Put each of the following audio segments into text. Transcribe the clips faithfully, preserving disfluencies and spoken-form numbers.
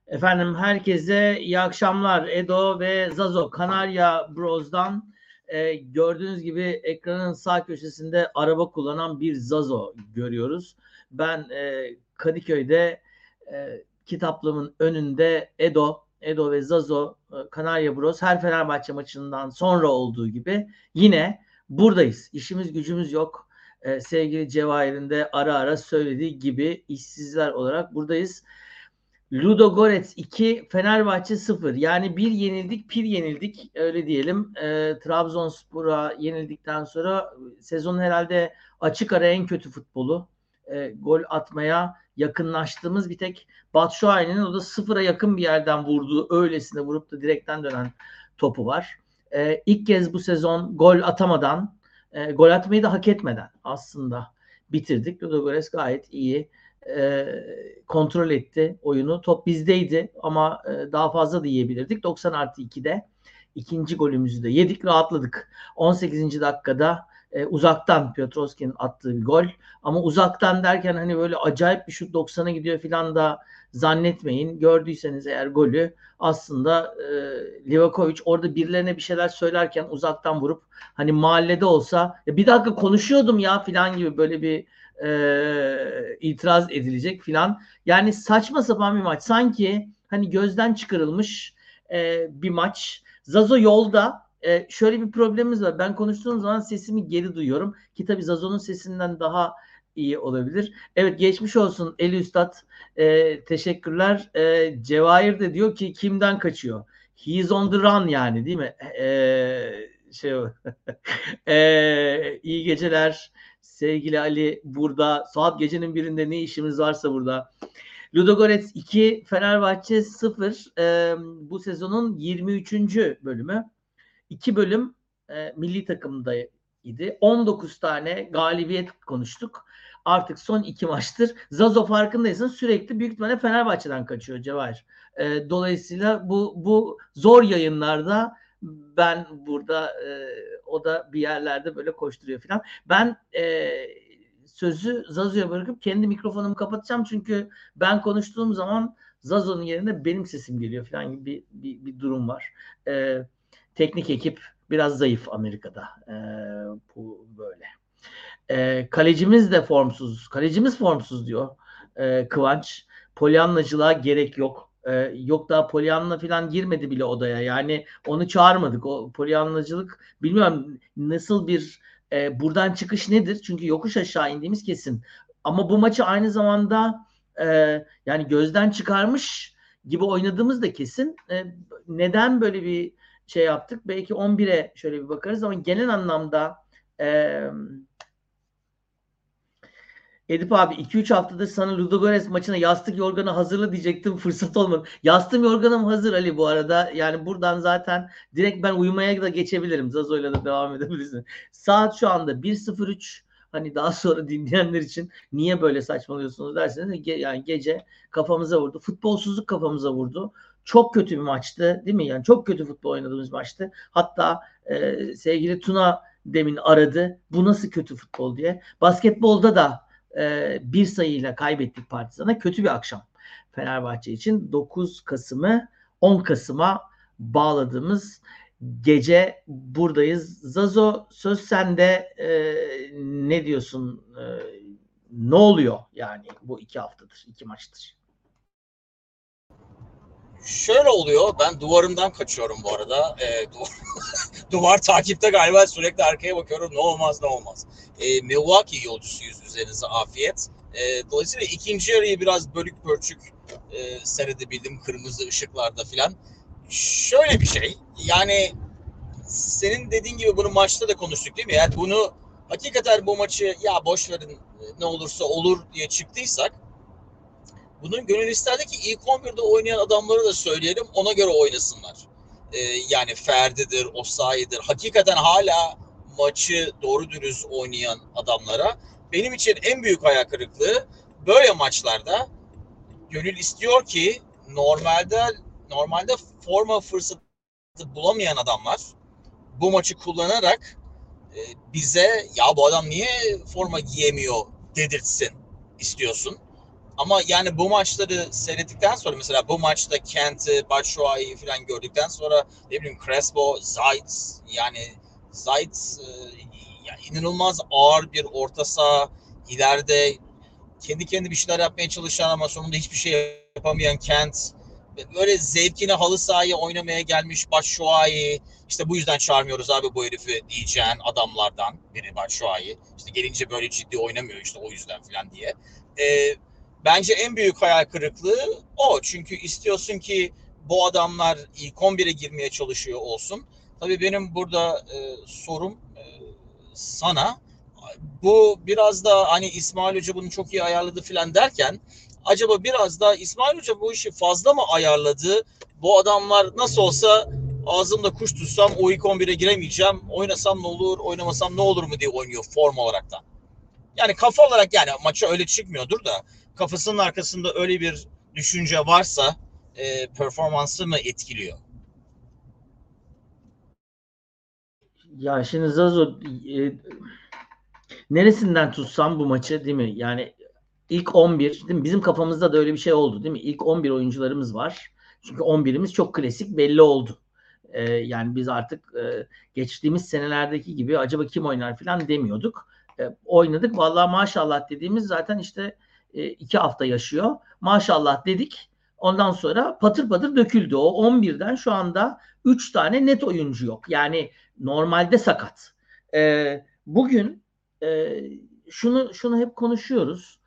Efendim herkese iyi akşamlar. Edo ve Zazo Kanarya Bros'dan e, gördüğünüz gibi ekranın sağ köşesinde araba kullanan bir Zazo görüyoruz. Ben e, Kadıköy'de e, kitaplığımın önünde Edo, Edo ve Zazo e, Kanarya Bros her Fenerbahçe maçından sonra olduğu gibi yine buradayız. İşimiz gücümüz yok. E, sevgili Cevahir'in de ara ara söylediği gibi işsizler olarak buradayız. Ludogorets iki, Fenerbahçe sıfır. Yani bir yenildik, pir yenildik. Öyle diyelim. E, Trabzonspor'a yenildikten sonra sezonun herhalde açık ara en kötü futbolu. E, gol atmaya yakınlaştığımız bir tek Batshuayi'nin o da sıfıra yakın bir yerden vurduğu, öylesine vurup da direkten dönen topu var. E, ilk kez bu sezon gol atamadan, e, gol atmayı da hak etmeden aslında bitirdik. Ludogorets gayet iyi e, kontrol etti oyunu. Top bizdeydi ama e, daha fazla da yiyebilirdik. doksan artı ikide ikinci golümüzü de yedik, rahatladık. on sekizinci dakikada e, uzaktan Piotrowski'nin attığı bir gol. Ama uzaktan derken hani böyle acayip bir şut doksana gidiyor falan da zannetmeyin. Gördüyseniz eğer golü aslında e, Livakovic orada birilerine bir şeyler söylerken uzaktan vurup hani mahallede olsa bir dakika konuşuyordum ya falan gibi böyle bir e, itiraz edilecek filan. Yani saçma sapan bir maç. Sanki hani gözden çıkarılmış e, bir maç. Zazo yolda. E, şöyle bir problemimiz var. Ben konuştuğum zaman sesimi geri duyuyorum. Ki tabii Zazo'nun sesinden daha iyi olabilir. Evet, geçmiş olsun Eli Üstad. E, teşekkürler. E, Cevahir de diyor ki kimden kaçıyor? He is on the run yani, değil mi? E, şey e, iyi geceler. Sevgili Ali burada. Saat gecenin birinde ne işimiz varsa burada. Ludogorets iki, Fenerbahçe sıfır. Ee, bu sezonun yirmi üçüncü bölümü. iki bölüm e, milli takımdaydı. on dokuz tane galibiyet konuştuk. Artık son iki maçtır. Zazo farkındaysan sürekli büyük ihtimalle Fenerbahçe'den kaçıyor Cevahir. E, dolayısıyla bu, bu zor yayınlarda ben burada e, o da bir yerlerde böyle koşturuyor falan. Ben e, sözü Zazo'ya bırakıp kendi mikrofonumu kapatacağım. Çünkü ben konuştuğum zaman Zazo'nun yerine benim sesim geliyor falan gibi bir, bir, bir durum var. E, teknik ekip biraz zayıf Amerika'da. E, bu böyle. E, kalecimiz de formsuz. Kalecimiz formsuz diyor e, Kıvanç. Polyanlacılığa gerek yok. E, yok daha Polyanla falan girmedi bile odaya. Yani onu çağırmadık. O Polyanlacılık bilmiyorum nasıl bir e, buradan çıkış nedir? Çünkü yokuş aşağı indiğimiz kesin. Ama bu maçı aynı zamanda e, yani gözden çıkarmış gibi oynadığımız da kesin. E, neden böyle bir şey yaptık? Belki on bire şöyle bir bakarız ama genel anlamda eee Edip abi iki üç haftadır sana Ludogorets maçına yastık yorganı hazırla diyecektim, fırsat olmadı. Yastığım yorganım hazır Ali bu arada. Yani buradan zaten direkt ben uyumaya da geçebilirim. Zazo'yla da devam edebilirsin. Saat şu anda bir sıfır üç. Hani daha sonra dinleyenler için niye böyle saçmalıyorsunuz derseniz ge- yani gece kafamıza vurdu. Futbolsuzluk kafamıza vurdu. Çok kötü bir maçtı değil mi? Yani çok kötü futbol oynadığımız maçtı. Hatta e, sevgili Tuna demin aradı. Bu nasıl kötü futbol diye. Basketbolda da e, bir sayıyla kaybettik Partizan'a. Kötü bir akşam Fenerbahçe için. dokuz Kasım'ı on Kasım'a bağladığımız gece buradayız. Zazo, söz sende. E, ne diyorsun? E, ne oluyor yani bu iki haftadır, iki maçtır? Şöyle oluyor. Ben duvarımdan kaçıyorum bu arada. E, duvar, duvar takipte galiba, sürekli arkaya bakıyorum. Ne olmaz ne olmaz. E, Milwaukee yolcusuyuz, üzerinize afiyet. E, dolayısıyla ikinci yarıyı biraz bölük pörçük e, seyredebildim kırmızı ışıklarda filan. Şöyle bir şey. Yani senin dediğin gibi bunu maçta da konuştuk değil mi? Yani bunu hakikaten bu maçı ya boş verin ne olursa olur diye çıktıysak, bunun gönül isterdi ki ilk on birde oynayan adamları da söyleyelim, ona göre oynasınlar. Ee, yani Ferdi'dir, Osayi'dir. Hakikaten hala maçı doğru dürüst oynayan adamlara. Benim için en büyük hayal kırıklığı, böyle maçlarda gönül istiyor ki normalde normalde forma fırsatı bulamayan adamlar bu maçı kullanarak e, bize ya bu adam niye forma giyemiyor dedirtsin istiyorsun. Ama yani bu maçları seyrettikten sonra mesela bu maçta Kent'i, Batshuayi'yi falan gördükten sonra ne bileyim Crespo, Zayt yani Zayt e, yani inanılmaz ağır bir orta saha, ileride kendi kendi bir şeyler yapmaya çalışan ama sonunda hiçbir şey yapamayan Kent, böyle zevkine halı sahaya oynamaya gelmiş Batshuayi, işte bu yüzden çağırmıyoruz abi bu herifi diyeceğin adamlardan biri Batshuayi. İşte gelince böyle ciddi oynamıyor işte o yüzden falan diye. Ee, bence en büyük hayal kırıklığı o. Çünkü istiyorsun ki bu adamlar ilk on bire girmeye çalışıyor olsun. Tabii benim burada e, sorum e, sana, bu biraz da hani İsmail Hoca bunu çok iyi ayarladı falan derken acaba biraz da İsmail Hoca bu işi fazla mı ayarladı? Bu adamlar nasıl olsa ağzımda kuş tutsam o ilk on bire giremeyeceğim. Oynasam ne olur, oynamasam ne olur mu diye oynuyor form olarak da. Yani kafa olarak yani maça öyle çıkmıyordur da kafasının arkasında öyle bir düşünce varsa e, performansı mı etkiliyor? Ya şimdi Zazo e, neresinden tutsam bu maçı değil mi? Yani ilk on bir değil mi? Bizim kafamızda da öyle bir şey oldu değil mi? İlk on bir oyuncularımız var. Çünkü on birimiz çok klasik belli oldu. Ee, yani biz artık e, geçtiğimiz senelerdeki gibi acaba kim oynar falan demiyorduk. E, oynadık. Vallahi maşallah dediğimiz zaten işte e, iki hafta yaşıyor. Maşallah dedik. Ondan sonra patır patır döküldü. O on birden şu anda üç tane net oyuncu yok. Yani normalde sakat. E, bugün e, şunu şunu hep konuşuyoruz.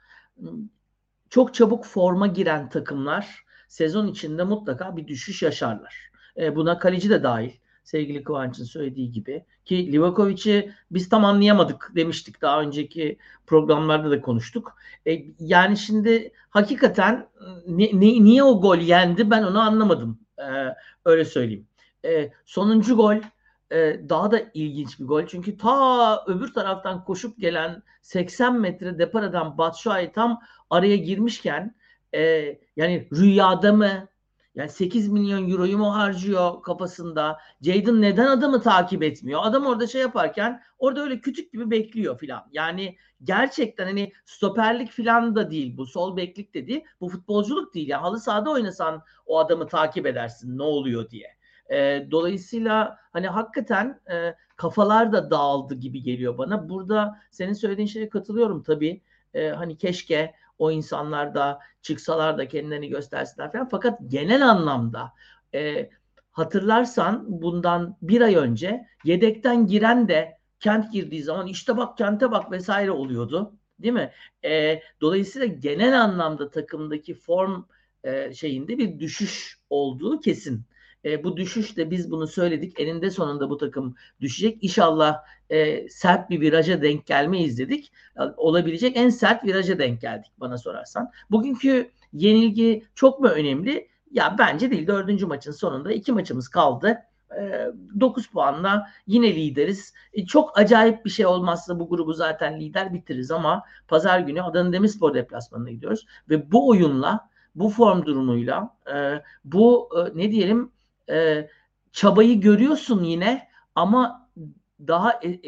Çok çabuk forma giren takımlar sezon içinde mutlaka bir düşüş yaşarlar. E, buna kaleci de dahil. Sevgili Kıvanç'ın söylediği gibi. Ki Livakovic'i biz tam anlayamadık demiştik. Daha önceki programlarda da konuştuk. E, yani şimdi hakikaten ni, ni, niye o gol yendi ben onu anlamadım. E, öyle söyleyeyim. E, sonuncu gol e, daha da ilginç bir gol. Çünkü ta öbür taraftan koşup gelen seksen metre depar eden Batshuayi tam araya girmişken e, yani rüyada mı? Yani sekiz milyon euroyu mu harcıyor kafasında? Jadon neden adamı takip etmiyor? Adam orada şey yaparken orada öyle kütük gibi bekliyor filan. Yani gerçekten hani stoperlik filan da değil bu. Sol beklik de değil. Bu futbolculuk değil. Yani halı sahada oynasan o adamı takip edersin ne oluyor diye. E, dolayısıyla hani hakikaten e, kafalar da dağıldı gibi geliyor bana. Burada senin söylediğin şeye katılıyorum tabii. E, hani keşke o insanlar da çıksalar da kendilerini göstersinler falan. Fakat genel anlamda e, hatırlarsan bundan bir ay önce yedekten giren de Kent girdiği zaman işte bak Kent'e bak vesaire oluyordu. Değil mi? E, dolayısıyla genel anlamda takımdaki form e, şeyinde bir düşüş olduğu kesin. E, bu düşüş de biz bunu söyledik. Eninde sonunda bu takım düşecek. İnşallah e, sert bir viraja denk gelmeyiz dedik. Olabilecek en sert viraja denk geldik bana sorarsan. Bugünkü yenilgi çok mu önemli? Ya bence değil. Dördüncü maçın sonunda iki maçımız kaldı. E, dokuz puanla yine lideriz. E, çok acayip bir şey olmazsa bu grubu zaten lider bitiririz ama pazar günü Adana Demirspor deplasmanına gidiyoruz. Ve bu oyunla, bu form durumuyla, e, bu e, ne diyelim e, çabayı görüyorsun yine ama daha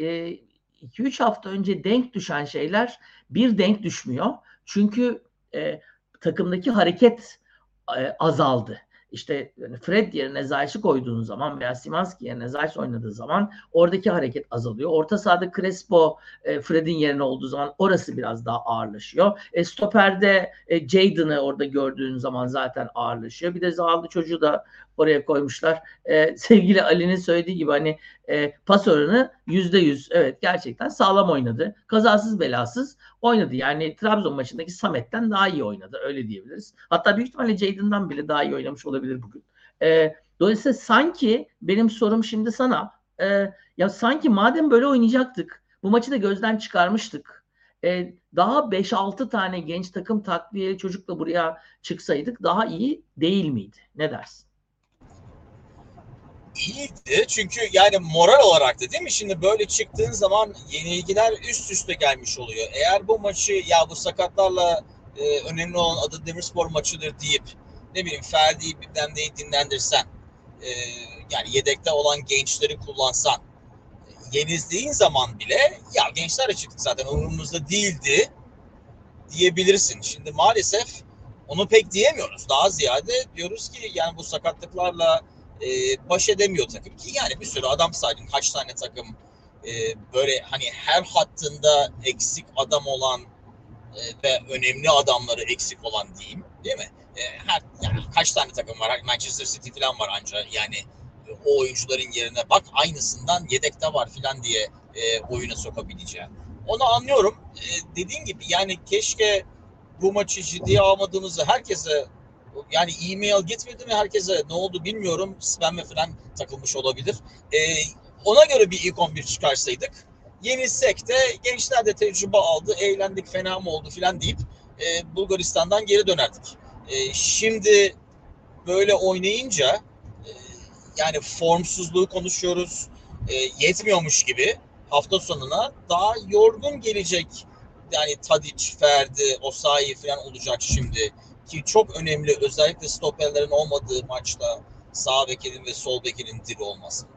iki üç hafta önce denk düşen şeyler bir denk düşmüyor. Çünkü e, takımdaki hareket e, azaldı. İşte yani Fred yerine Zayt'i koyduğun zaman veya Szymański yerine Zayt oynadığı zaman oradaki hareket azalıyor. Orta sahada Crespo e, Fred'in yerine olduğu zaman orası biraz daha ağırlaşıyor. E, stoperde e, Jadon'ı orada gördüğün zaman zaten ağırlaşıyor. Bir de zavallı çocuğu da oraya koymuşlar. E, sevgili Ali'nin söylediği gibi hani e, pas oranı yüzde yüz. Evet gerçekten sağlam oynadı. Kazasız belasız oynadı. Yani Trabzon maçındaki Samet'ten daha iyi oynadı. Öyle diyebiliriz. Hatta büyük ihtimalle Jadon'dan bile daha iyi oynamış olabilir bugün. E, dolayısıyla sanki benim sorum şimdi sana e, ya sanki madem böyle oynayacaktık bu maçı da gözden çıkarmıştık. E, daha beş altı tane genç takım takviyeli çocukla buraya çıksaydık daha iyi değil miydi? Ne dersin? İyiydi çünkü yani moral olarak da değil mi? Şimdi böyle çıktığın zaman yenilgiler üst üste gelmiş oluyor. Eğer bu maçı ya bu sakatlarla e, önemli olan Adana Demirspor maçıdır deyip ne bileyim Ferdi'yi bilmem neyi dinlendirsen e, yani yedekte olan gençleri kullansan yenildiğin zaman bile ya gençlerle çıktık zaten umurumuzda değildi diyebilirsin. Şimdi maalesef onu pek diyemiyoruz. Daha ziyade diyoruz ki yani bu sakatlıklarla e, baş edemiyor takım ki yani bir sürü adam saydım. Kaç tane takım e, böyle hani her hattında eksik adam olan e, ve önemli adamları eksik olan diyeyim, değil mi? E, her yani kaç tane takım var? Manchester City falan var ancak yani e, o oyuncuların yerine bak aynısından yedekte var falan diye e, oyuna sokabileceğim. Onu anlıyorum. E, dediğin gibi yani keşke bu maçı ciddiye almadığımızda herkese yani e-mail gitmedi mi herkese ne oldu bilmiyorum. Spam'e falan takılmış olabilir. E, ona göre bir ilk on bir çıkarsaydık yenilsek de gençler de tecrübe aldı, eğlendik, fena mı oldu filan deyip e, Bulgaristan'dan geri dönerdik. E, şimdi böyle oynayınca e, yani formsuzluğu konuşuyoruz. E, yetmiyormuş gibi hafta sonuna daha yorgun gelecek yani Tadic, Ferdi, Osayi falan olacak şimdi. Ki çok önemli özellikle stoperlerin olmadığı maçta sağ bekinin ve sol bekinin diri olması.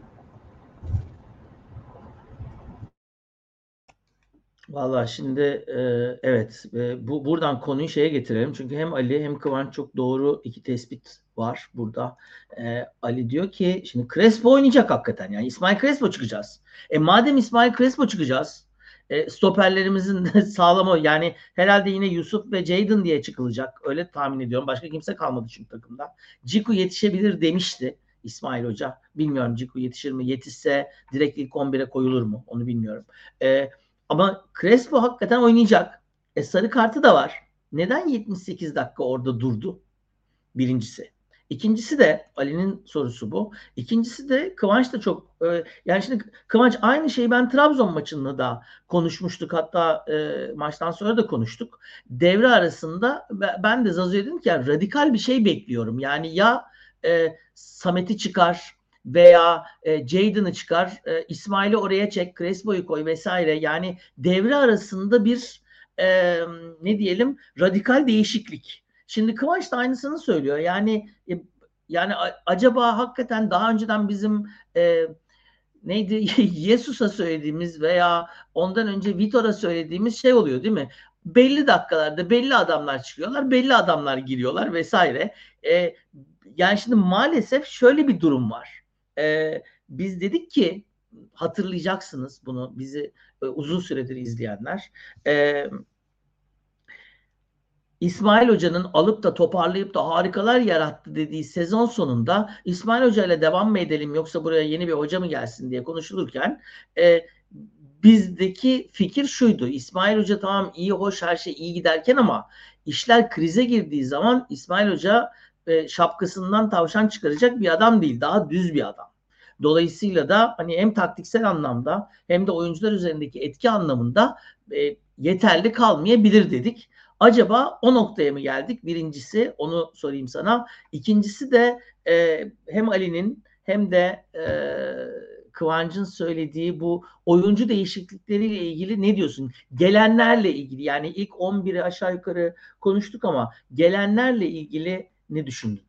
Valla şimdi e, evet e, bu buradan konuyu şeye getirelim. Çünkü hem Ali hem Kıvanç çok doğru iki tespit var burada. E, Ali diyor ki şimdi Crespo oynayacak hakikaten. Yani İsmail Crespo çıkacağız. E madem İsmail Crespo çıkacağız e, stoperlerimizin de sağlamı yani herhalde yine Yusuf ve Jadon diye çıkılacak. Öyle tahmin ediyorum. Başka kimse kalmadı çünkü takımda. Ciku yetişebilir demişti İsmail Hoca. Bilmiyorum Ciku yetişir mi? Yetişse direkt ilk on bire koyulur mu? Onu bilmiyorum. E, ama Crespo hakikaten oynayacak. E sarı kartı da var. Neden yetmiş sekiz dakika orada durdu? Birincisi. İkincisi de Ali'nin sorusu bu. İkincisi de Kıvanç da çok e, yani şimdi Kıvanç aynı şeyi ben Trabzon maçında da konuşmuştuk. Hatta e, maçtan sonra da konuştuk. Devre arasında ben de Zazu'ya dedim ki yani radikal bir şey bekliyorum. Yani ya e, Samet'i çıkar veya e, Jadon'ı çıkar, e, İsmail'i oraya çek, Crespo'yu koy vesaire. Yani devre arasında bir e, ne diyelim radikal değişiklik. Şimdi Kıvanç da aynısını söylüyor. Yani e, yani acaba hakikaten daha önceden bizim e, neydi Jesus'a söylediğimiz veya ondan önce Vitor'a söylediğimiz şey oluyor değil mi? Belli dakikalarda belli adamlar çıkıyorlar, belli adamlar giriyorlar vesaire. E, yani şimdi maalesef şöyle bir durum var. E, biz dedik ki hatırlayacaksınız bunu bizi e, uzun süredir izleyenler. E, İsmail Hoca'nın alıp da toparlayıp da harikalar yarattı dediği sezon sonunda İsmail Hoca ile devam mı edelim yoksa buraya yeni bir hoca mı gelsin diye konuşulurken e, bizdeki fikir şuydu. İsmail Hoca tamam iyi hoş her şey iyi giderken ama işler krize girdiği zaman İsmail Hoca e, şapkasından tavşan çıkaracak bir adam değil. Daha düz bir adam. Dolayısıyla da hani hem taktiksel anlamda hem de oyuncular üzerindeki etki anlamında e, yeterli kalmayabilir dedik. Acaba o noktaya mı geldik? Birincisi onu sorayım sana. İkincisi de e, hem Ali'nin hem de e, Kıvanç'ın söylediği bu oyuncu değişiklikleriyle ilgili ne diyorsun? Gelenlerle ilgili yani ilk on biri aşağı yukarı konuştuk ama gelenlerle ilgili ne düşündün?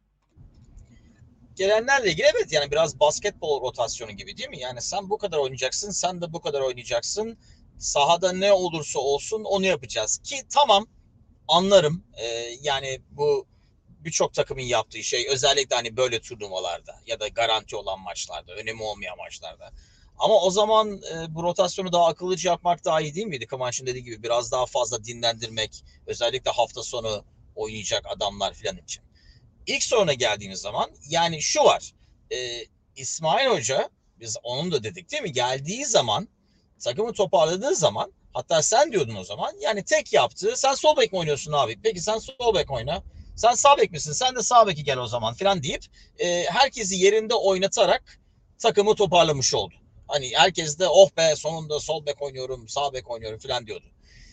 Gelenlerle ilgili evet yani biraz basketbol rotasyonu gibi değil mi? Yani sen bu kadar oynayacaksın, sen de bu kadar oynayacaksın. Sahada ne olursa olsun onu yapacağız. Ki tamam anlarım. Ee, yani bu birçok takımın yaptığı şey özellikle hani böyle turnuvalarda ya da garanti olan maçlarda, önemi olmayan maçlarda. Ama o zaman e, bu rotasyonu daha akıllıca yapmak daha iyi değil miydi? Kıvanç'ın dediği gibi biraz daha fazla dinlendirmek, özellikle hafta sonu oynayacak adamlar falan için. İlk soruna geldiğimiz zaman yani şu var. E, İsmail Hoca biz onun da dedik değil mi? Geldiği zaman takımı toparladığı zaman hatta sen diyordun o zaman yani tek yaptığı sen sol bek mi oynuyorsun abi? Peki sen sol bek oyna. Sen sağ bek misin? Sen de sağ beki gel o zaman falan deyip e, herkesi yerinde oynatarak takımı toparlamış oldu. Hani herkes de oh be sonunda sol bek oynuyorum, sağ bek oynuyorum falan diyordu.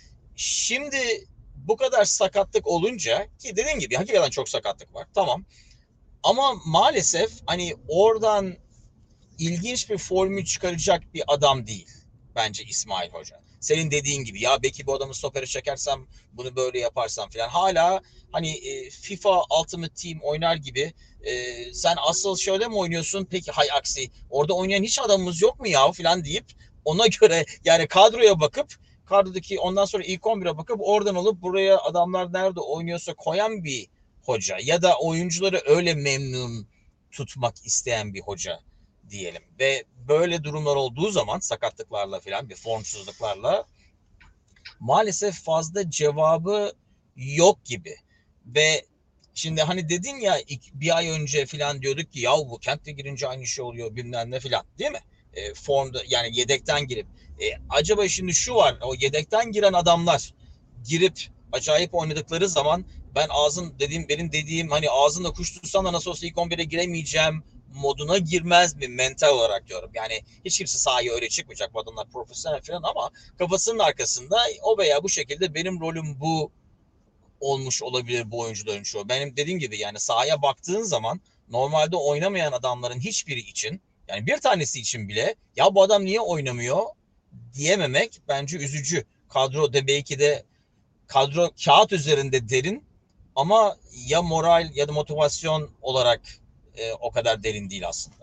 Şimdi bu kadar sakatlık olunca ki dediğim gibi hakikaten çok sakatlık var. Tamam. Ama maalesef hani oradan ilginç bir formül çıkaracak bir adam değil bence İsmail Hoca. Senin dediğin gibi ya belki bu adamı stopere çekersem bunu böyle yaparsam falan. Hala hani e, FIFA Ultimate Team oynar gibi e, sen asıl şöyle mi oynuyorsun? Peki hay aksi orada oynayan hiç adamımız yok mu ya falan deyip ona göre yani kadroya bakıp kadrodaki ondan sonra ilk on bire bakıp oradan alıp buraya adamlar nerede oynuyorsa koyan bir hoca ya da oyuncuları öyle memnun tutmak isteyen bir hoca diyelim. Ve böyle durumlar olduğu zaman sakatlıklarla falan bir formsuzluklarla maalesef fazla cevabı yok gibi. Ve şimdi hani dedin ya bir ay önce falan diyorduk ki ya bu Kent'le girince aynı şey oluyor bilmem ne falan değil mi? E, formda yani yedekten girip e, acaba şimdi şu var o yedekten giren adamlar girip acayip oynadıkları zaman ben ağzın dediğim benim dediğim hani ağzında kuş tutsan da nasıl olsa ilk on bire giremeyeceğim moduna girmez mi mental olarak diyorum. Yani hiç kimse sahaya öyle çıkmayacak. Bu adamlar profesyonel falan ama kafasının arkasında o veya bu şekilde benim rolüm bu olmuş olabilir bu oyuncuların çoğu. Benim dediğim gibi yani sahaya baktığın zaman normalde oynamayan adamların hiçbiri için yani bir tanesi için bile ya bu adam niye oynamıyor diyememek bence üzücü. Kadro de belki de kadro kağıt üzerinde derin ama ya moral ya da motivasyon olarak e, o kadar derin değil aslında.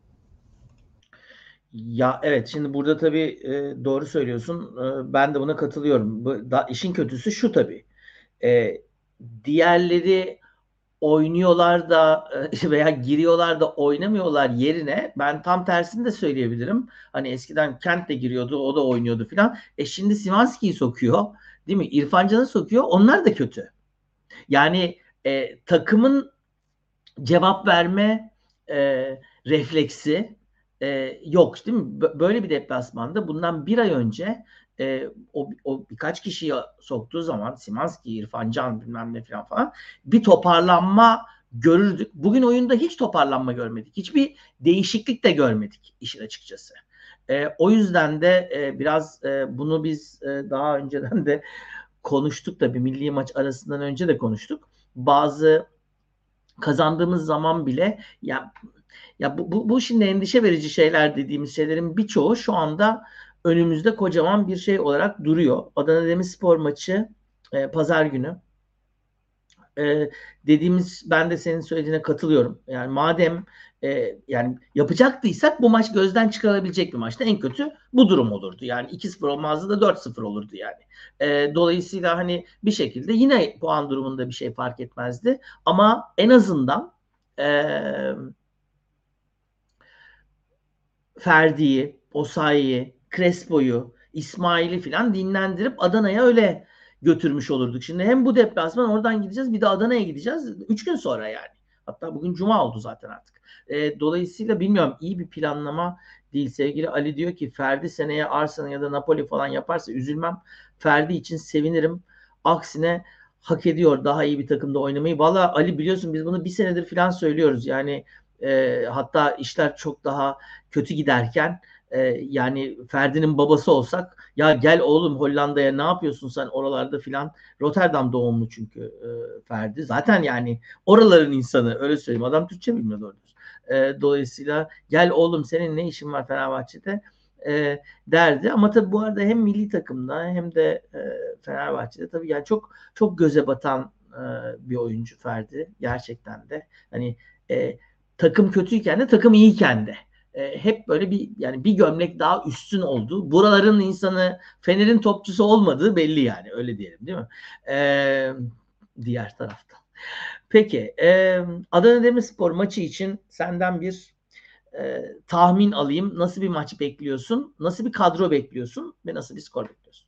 Ya evet şimdi burada tabii e, doğru söylüyorsun. E, ben de buna katılıyorum. Bu, da, işin kötüsü şu tabii. E, diğerleri oynuyorlar da e, veya giriyorlar da oynamıyorlar yerine ben tam tersini de söyleyebilirim. Hani eskiden Kent de giriyordu, o da oynuyordu filan. E şimdi Szymański'yi sokuyor, değil mi? İrfan Can'ı sokuyor. Onlar da kötü. Yani e, takımın cevap verme e, refleksi e, yok değil mi? Böyle bir deplasmanda bundan bir ay önce e, o, o birkaç kişiyi soktuğu zaman Szymański, İrfan Can bilmem ne falan falan bir toparlanma görürdük. Bugün oyunda hiç toparlanma görmedik. Hiçbir değişiklik de görmedik işin açıkçası. E, o yüzden de e, biraz e, bunu biz e, daha önceden de konuştuk da bir milli maç arasından önce de konuştuk. Bazı kazandığımız zaman bile ya ya bu, bu, bu şimdi endişe verici şeyler dediğimiz şeylerin birçoğu şu anda önümüzde kocaman bir şey olarak duruyor. Adana Demirspor maçı e, pazar günü. E, dediğimiz ben de senin söylediğine katılıyorum. Yani madem e, yani yapacaktıysak bu maç gözden çıkarılabilecek bir maçtı. En kötü bu durum olurdu. Yani iki sıfır olmazdı da dört sıfır olurdu yani. E, dolayısıyla hani bir şekilde yine puan durumunda bir şey fark etmezdi. Ama en azından e, Ferdi'yi, Osayi'yi, Crespo'yu, İsmail'i falan dinlendirip Adana'ya öyle götürmüş olurduk. Şimdi hem bu deplasman oradan gideceğiz bir de Adana'ya gideceğiz. Üç gün sonra yani. Hatta bugün Cuma oldu zaten artık. E, dolayısıyla bilmiyorum iyi bir planlama değil. Sevgili Ali diyor ki Ferdi seneye Arsenal ya da Napoli falan yaparsa üzülmem. Ferdi için sevinirim. Aksine hak ediyor daha iyi bir takımda oynamayı. Valla Ali biliyorsun biz bunu bir senedir falan söylüyoruz. Yani e, hatta işler çok daha kötü giderken e, yani Ferdi'nin babası olsak ya gel oğlum Hollanda'ya ne yapıyorsun sen oralarda filan. Rotterdam doğumlu çünkü e, Ferdi. Zaten yani oraların insanı öyle söyleyeyim. Adam Türkçe bilmiyor doğru. E, dolayısıyla gel oğlum senin ne işin var Fenerbahçe'de e, derdi. Ama tabii bu arada hem milli takımda hem de e, Fenerbahçe'de tabii yani çok çok göze batan e, bir oyuncu Ferdi. Gerçekten de hani e, takım kötüyken de takım iyiyken de e, hep böyle bir yani bir gömlek daha üstün oldu. Buraların insanı Fener'in topçusu olmadığı belli yani öyle diyelim değil mi? E, diğer taraftan. Peki e, Adana Demirspor maçı için senden bir e, tahmin alayım. Nasıl bir maç bekliyorsun? Nasıl bir kadro bekliyorsun? Ve nasıl bir skor bekliyorsun?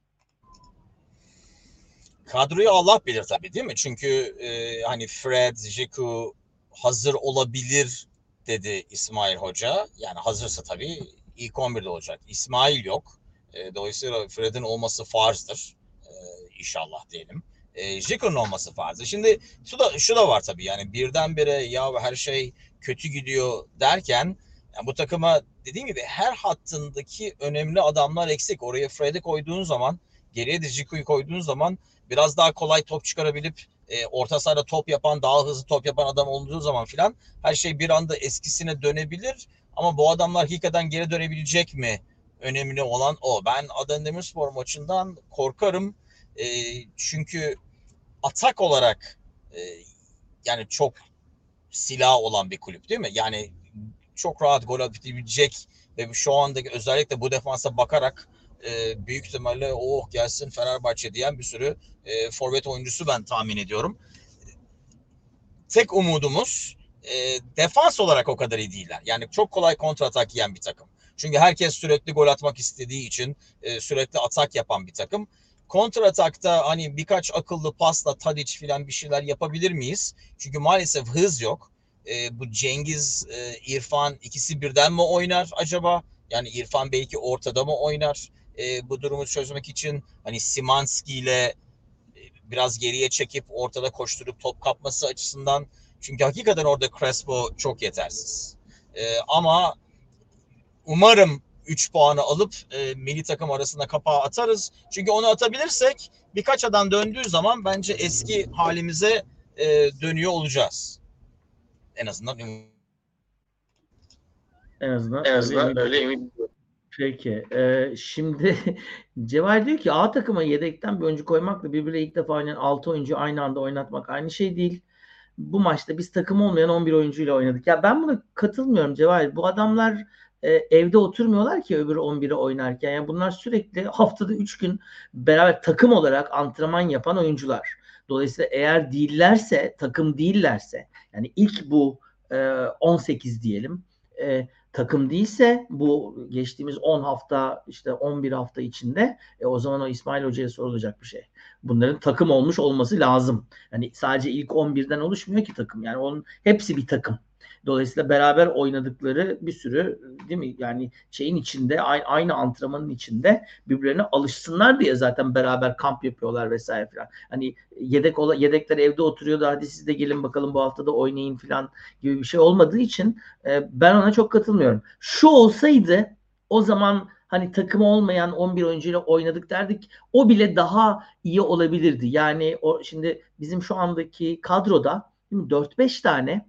Kadroyu Allah bilir tabii değil mi? Çünkü e, hani Fred, Ziku hazır olabilir dedi İsmail Hoca. Yani hazırsa tabii ilk on birde olacak. İsmail yok. E, dolayısıyla Fred'in olması farzdır. E, inşallah diyelim. E, Ziku'nun olması farzdır. Şimdi şu da, şu da var tabii yani birdenbire ya her şey kötü gidiyor derken yani bu takıma dediğim gibi her hattındaki önemli adamlar eksik. Oraya Fred'i koyduğun zaman geriye de Ziku'yu koyduğun zaman biraz daha kolay top çıkarabilip e, orta sahada top yapan, daha hızlı top yapan adam olduğu zaman filan her şey bir anda eskisine dönebilir. Ama bu adamlar hakikaten geri dönebilecek mi? Önemli olan o. Ben Adana Demirspor maçından korkarım. E, çünkü atak olarak e, yani çok silah olan bir kulüp değil mi? Yani çok rahat gol atabilecek ve şu andaki özellikle bu defansa bakarak e, büyük ihtimalle oh gelsin Fenerbahçe diyen bir sürü e, forvet oyuncusu ben tahmin ediyorum. tek umudumuz e, defans olarak o kadar iyi değiller. Yani çok kolay kontratak yiyen bir takım. Çünkü herkes sürekli gol atmak istediği için e, sürekli atak yapan bir takım. Kontratakta hani birkaç akıllı pasla Tadic falan bir şeyler yapabilir miyiz? Çünkü maalesef hız yok. E, bu Cengiz, e, İrfan ikisi birden mi oynar acaba? Yani İrfan belki ortada mı oynar? E, bu durumu çözmek için hani Szymański ile biraz geriye çekip ortada koşturup top kapması açısından. Çünkü hakikaten orada Crespo çok yetersiz. E, ama umarım üç puanı alıp e, milli takım arasında kapağı atarız. Çünkü onu atabilirsek birkaç adam döndüğü zaman bence eski halimize e, dönüyor olacağız. En azından En azından en öyle azından emin. öyle emin. Peki. E, şimdi Cevahir diyor ki A takıma yedekten bir oyuncu koymakla birbiriyle ilk defa oynayan altı oyuncu aynı anda oynatmak aynı şey değil. Bu maçta biz takım olmayan on bir oyuncuyla oynadık. Ya ben buna katılmıyorum Cevahir. Bu adamlar e, evde oturmuyorlar ki öbür on biri oynarken. Yani bunlar sürekli haftada üç gün beraber takım olarak antrenman yapan oyuncular. Dolayısıyla eğer değillerse, takım değillerse, yani ilk bu e, on sekiz diyelim, e, takım değilse bu geçtiğimiz on hafta, işte on bir hafta içinde, e, o zaman o İsmail Hoca'ya sorulacak bir şey. Bunların takım olmuş olması lazım. Yani sadece ilk on birden oluşmuyor ki takım. Yani onun hepsi bir takım. Dolayısıyla beraber oynadıkları bir sürü, değil mi? Yani şeyin içinde, aynı antrenmanın içinde birbirlerine alışsınlar diye zaten beraber kamp yapıyorlar vesaire filan. Hani yedek ola, yedekler evde oturuyordu. Hadi siz de gelin bakalım bu hafta da oynayın filan gibi bir şey olmadığı için e, ben ona çok katılmıyorum. Şu olsaydı o zaman hani takımı olmayan on bir oyuncuyla oynadık derdik. O bile daha iyi olabilirdi. Yani o şimdi bizim şu andaki kadroda dört beş tane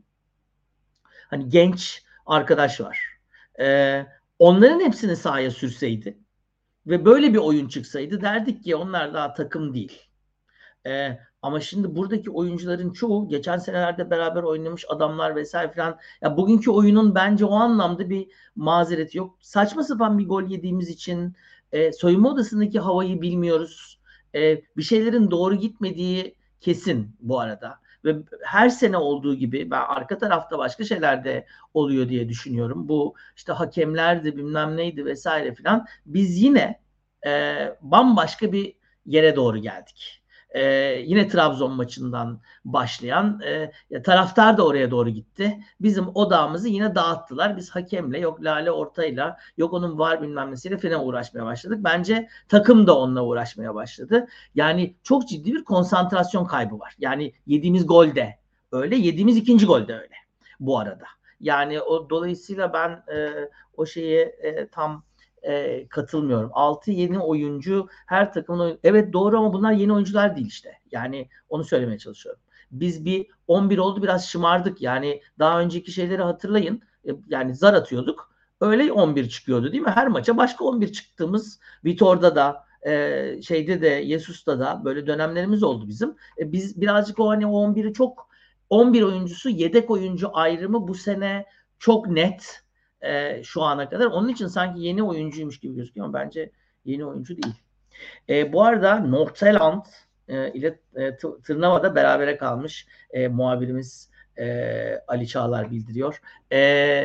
hani genç arkadaş var. Ee, onların hepsini sahaya sürseydi ve böyle bir oyun çıksaydı derdik ki onlar daha takım değil. Ee, ama şimdi buradaki oyuncuların çoğu geçen senelerde beraber oynamış adamlar vesaire falan. Ya bugünkü oyunun bence o anlamda bir mazereti yok. Saçma sapan bir gol yediğimiz için e, soyunma odasındaki havayı bilmiyoruz. E, bir şeylerin doğru gitmediği kesin bu arada. Ve her sene olduğu gibi ben arka tarafta başka şeyler de oluyor diye düşünüyorum. Bu işte hakemlerdi bilmem neydi vesaire filan. Biz yine e, bambaşka bir yere doğru geldik. Ee, yine Trabzon maçından başlayan e, taraftar da oraya doğru gitti. Bizim odağımızı yine dağıttılar. Biz hakemle, yok Lale Orta'yla, yok onun var bilmem nesiyle falan uğraşmaya başladık. Bence takım da onunla uğraşmaya başladı. Yani çok ciddi bir konsantrasyon kaybı var. Yani yediğimiz golde öyle, yediğimiz ikinci golde öyle bu arada. Yani o dolayısıyla ben e, o şeye e, tam e, katılmıyorum. altı yeni oyuncu her takımın oyun... Evet doğru ama bunlar yeni oyuncular değil işte. Yani onu söylemeye çalışıyorum. Biz bir on bir oldu biraz şımardık. Yani daha önceki şeyleri hatırlayın. E, yani zar atıyorduk. Öyle on bir çıkıyordu değil mi? Her maça başka on bir çıktığımız Vitor'da da e, şeyde de Jesus'ta da böyle dönemlerimiz oldu bizim. E, biz birazcık o hani o on biri çok on bir oyuncusu yedek oyuncu ayrımı bu sene çok net e, şu ana kadar. Onun için sanki yeni oyuncuymuş gibi gözüküyor ama bence yeni oyuncu değil. E, bu arada Nordsjælland e, ile e, Tırnava'da berabere kalmış e, muhabirimiz e, Ali Çağlar bildiriyor. E,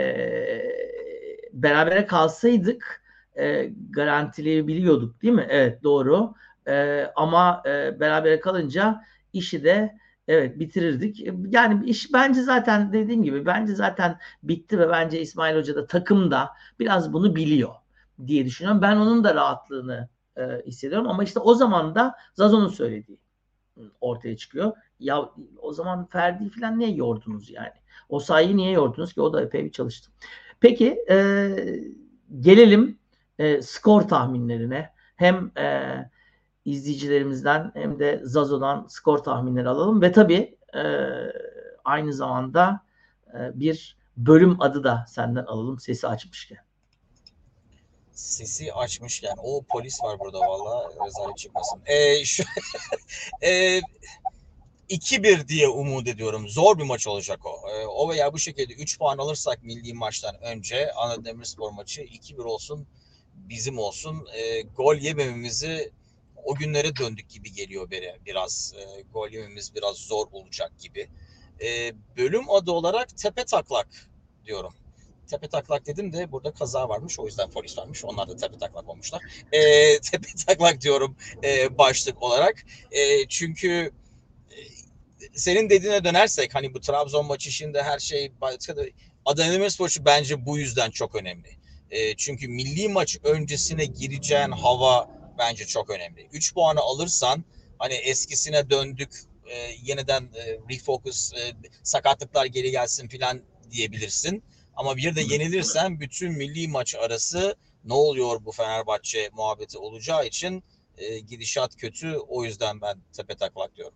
berabere kalsaydık e, garantileyebiliyorduk değil mi? Evet doğru. E, ama e, berabere kalınca işi de evet bitirirdik. Yani iş bence zaten dediğim gibi bence zaten bitti ve bence İsmail Hoca da takım da biraz bunu biliyor diye düşünüyorum. Ben onun da rahatlığını e, hissediyorum ama işte o zaman da Zazo'nun söylediği ortaya çıkıyor. Ya o zaman Ferdi falan niye yordunuz yani? O sayıyı niye yordunuz ki? O da epey bir çalıştı. Peki e, gelelim e, skor tahminlerine. Hem e, izleyicilerimizden hem de Zazo'dan skor tahminleri alalım ve tabii e, aynı zamanda e, bir bölüm adı da senden alalım sesi açmışken. Sesi açmışken o polis var burada valla rezalet çıkmasın. Ee, şu, e, iki bir diye umut ediyorum. Zor bir maç olacak o. Ee, o veya bu şekilde üç puan alırsak milli maçtan önce Adana Demirspor maçı iki bir olsun bizim olsun. Ee, gol yemememizi o günlere döndük gibi geliyor beri. Biraz e, gol yememiz biraz zor olacak gibi. E, bölüm adı olarak Tepe Taklak diyorum. Tepe Taklak dedim de burada kaza varmış. O yüzden polis varmış. Onlar da tepe taklak olmuşlar. E, tepe Taklak diyorum e, başlık olarak. E, çünkü senin dediğine dönersek hani bu Trabzon maçı şimdi her şey Adana Demirspor bence bu yüzden çok önemli. E, çünkü milli maç öncesine gireceğin hava bence çok önemli. üç puanı alırsan hani eskisine döndük, e, yeniden e, refocus, e, sakatlıklar geri gelsin falan diyebilirsin. Ama bir de yenilirsen bütün milli maç arası ne oluyor bu Fenerbahçe muhabbeti olacağı için e, gidişat kötü. O yüzden ben tepe taklak diyorum.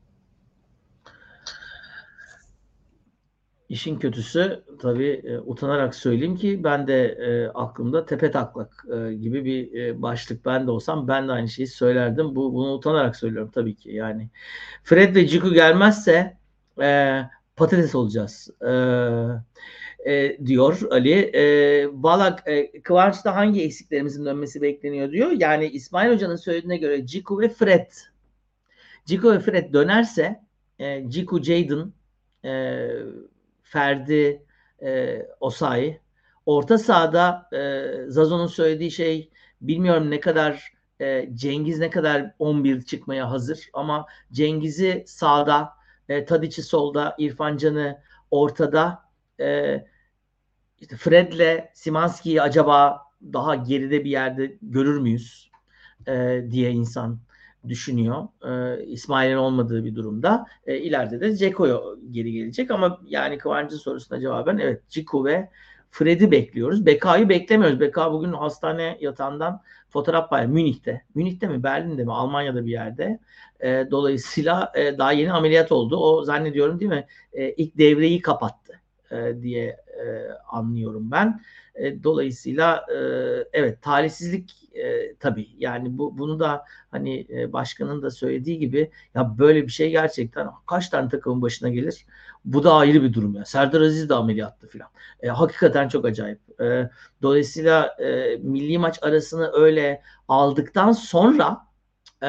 İşin kötüsü tabii e, utanarak söyleyeyim ki ben de e, aklımda tepe taklak e, gibi bir e, başlık ben de olsam ben de aynı şeyi söylerdim. Bu bunu utanarak söylüyorum tabii ki. Yani Fred ve Ciku gelmezse e, patates olacağız. E, e, diyor Ali. E, Valla e, Kıvanç'ta hangi eksiklerimizin dönmesi bekleniyor diyor. Yani İsmail Hoca'nın söylediğine göre Ciku ve Fred. Ciku ve Fred dönerse e, Ciku, Jadon, e, Ferdi, e, Osayi. Orta sahada e, Zazo'nun söylediği şey bilmiyorum ne kadar e, Cengiz ne kadar on bir çıkmaya hazır ama Cengiz'i sağda, e, Tadiç'i solda, İrfan Can'ı ortada, e, işte Fred'le Szymański'yi acaba daha geride bir yerde görür müyüz e, diye insan düşünüyor. E, İsmail'in olmadığı bir durumda. E, ileride de Ceko'ya geri gelecek ama yani Kıvancı'nın sorusuna cevaben evet Ceko ve Fred'i bekliyoruz. Beka'yı beklemiyoruz. Beka bugün hastane yatağından fotoğraf paylaştı. Münih'te. Münih'te mi? Berlin'de mi? Almanya'da bir yerde. E, dolayısıyla e, daha yeni ameliyat oldu. O zannediyorum değil mi? E, ilk devreyi kapattı e, diye e, anlıyorum ben. E, dolayısıyla e, evet talihsizlik e, tabii yani bu bunu da hani e, başkanın da söylediği gibi ya böyle bir şey gerçekten kaç tane takımın başına gelir? Bu da ayrı bir durum ya. Serdar Aziz de ameliyattı filan. E, hakikaten çok acayip. E, dolayısıyla e, milli maç arasını öyle aldıktan sonra e,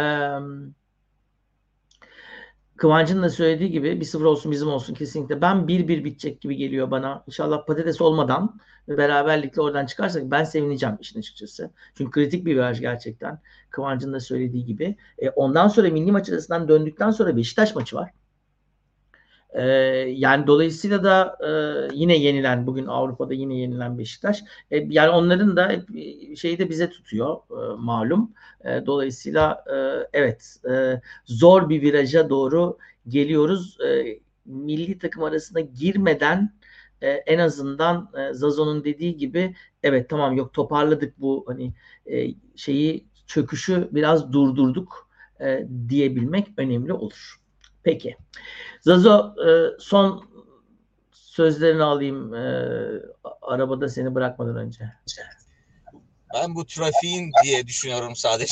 Kıvancı'nın da söylediği gibi bir sıfır olsun bizim olsun kesinlikle. Ben bir bir bitecek gibi geliyor bana. İnşallah patates olmadan ve beraberlikle oradan çıkarsak ben sevineceğim işin açıkçası. Çünkü kritik bir viraj gerçekten. Kıvancı'nın da söylediği gibi. E, ondan sonra milli maç arasından döndükten sonra Beşiktaş maçı var. Ee, yani dolayısıyla da e, yine yenilen bugün Avrupa'da yine yenilen Beşiktaş. E, yani onların da e, şeyi de bize tutuyor e, malum. E, dolayısıyla e, evet e, zor bir viraja doğru geliyoruz. E, milli takım arasına girmeden e, en azından e, Zazo'nun dediği gibi evet tamam yok toparladık bu hani e, şeyi çöküşü biraz durdurduk e, diyebilmek önemli olur. Peki. Zazo e, son sözlerini alayım e, arabada seni bırakmadan önce. Ben bu trafiğin diye düşünüyorum sadece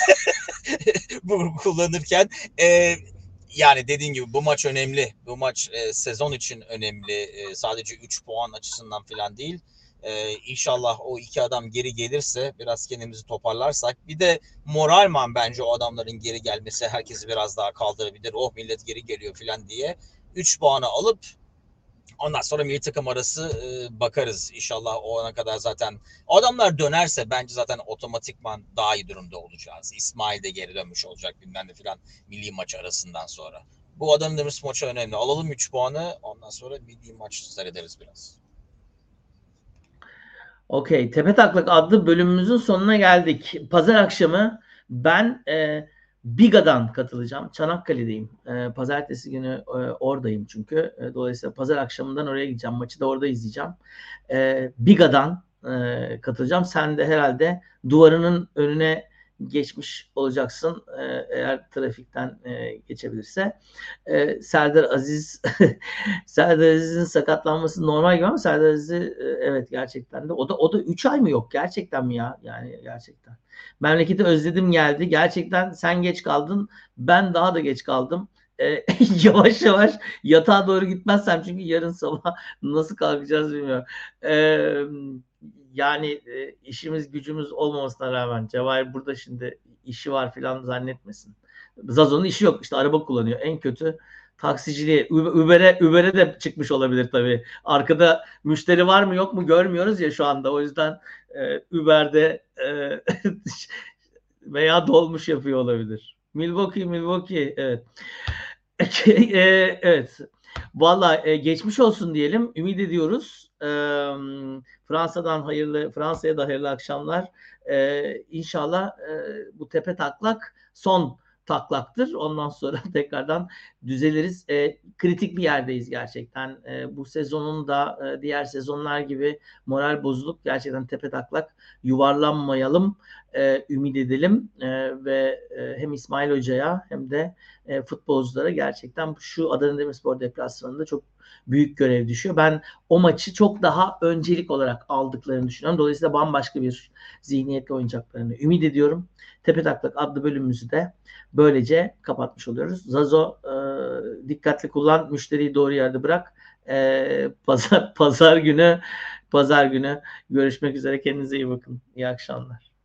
bu kullanırken. E, yani dediğin gibi bu maç önemli. Bu maç e, sezon için önemli. E, sadece üç puan açısından falan değil. E, inşallah o iki adam geri gelirse biraz kendimizi toparlarsak. Bir de moralman bence o adamların geri gelmesi herkesi biraz daha kaldırabilir. Oh millet geri geliyor falan diye. üç puanı alıp ondan sonra milli takım arası e, bakarız. İnşallah o ana kadar zaten o adamlar dönerse bence zaten otomatikman daha iyi durumda olacağız. İsmail de geri dönmüş olacak bilmem ne filan milli maç arasından sonra. Bu Adana Demirspor maçı önemli. Alalım üç puanı ondan sonra milli maç seyrederiz biraz. Okey. Tepetaklak adlı bölümümüzün sonuna geldik. Pazar akşamı ben e, Biga'dan katılacağım. Çanakkale'deyim. E, pazartesi günü e, oradayım çünkü. E, dolayısıyla pazar akşamından oraya gideceğim. Maçı da orada izleyeceğim. E, Biga'dan e, katılacağım. Sen de herhalde duvarının önüne geçmiş olacaksın. E, eğer trafikten e, geçebilirse. E, Serdar Aziz Serdar Aziz'in sakatlanması normal gibi ama Serdar Aziz'i e, evet gerçekten de o da o da üç ay mı yok gerçekten mi ya? Yani gerçekten. Memleketi özledim geldi. Gerçekten sen geç kaldın. Ben daha da geç kaldım. E, yavaş yavaş yatağa doğru gitmezsem çünkü yarın sabah nasıl kalkacağız bilmiyorum. E, yani e, işimiz gücümüz olmamasına rağmen Cevahir burada şimdi işi var filan zannetmesin. Zazo'nun işi yok. İşte araba kullanıyor. En kötü taksiciliği, Uber'e Uber'e de çıkmış olabilir tabii. Arkada müşteri var mı yok mu görmüyoruz ya şu anda. O yüzden e, Uber'de e, veya dolmuş yapıyor olabilir. Milwaukee, Milwaukee, evet. e, evet. Valla e, geçmiş olsun diyelim. Ümit ediyoruz. E, Fransa'dan hayırlı, Fransa'ya da hayırlı akşamlar. E, İnşallah e, bu tepe taklak son taklaktır. Ondan sonra tekrardan düzeliriz. E, kritik bir yerdeyiz gerçekten. E, bu sezonun da e, diğer sezonlar gibi moral bozulup gerçekten tepe taklak yuvarlanmayalım. E, ümit edelim. E, ve e, hem İsmail Hoca'ya hem de e, futbolculara gerçekten şu Adana Demirspor deplasmanında çok büyük görev düşüyor. Ben o maçı çok daha öncelik olarak aldıklarını düşünüyorum. Dolayısıyla bambaşka bir zihniyetle oynayacaklarını ümit ediyorum. Tepe Taklak adlı bölümümüzü de böylece kapatmış oluyoruz. Zazo e, dikkatli kullan, müşteriyi doğru yerde bırak. E, pazar pazar günü pazar günü görüşmek üzere. Kendinize iyi bakın. İyi akşamlar.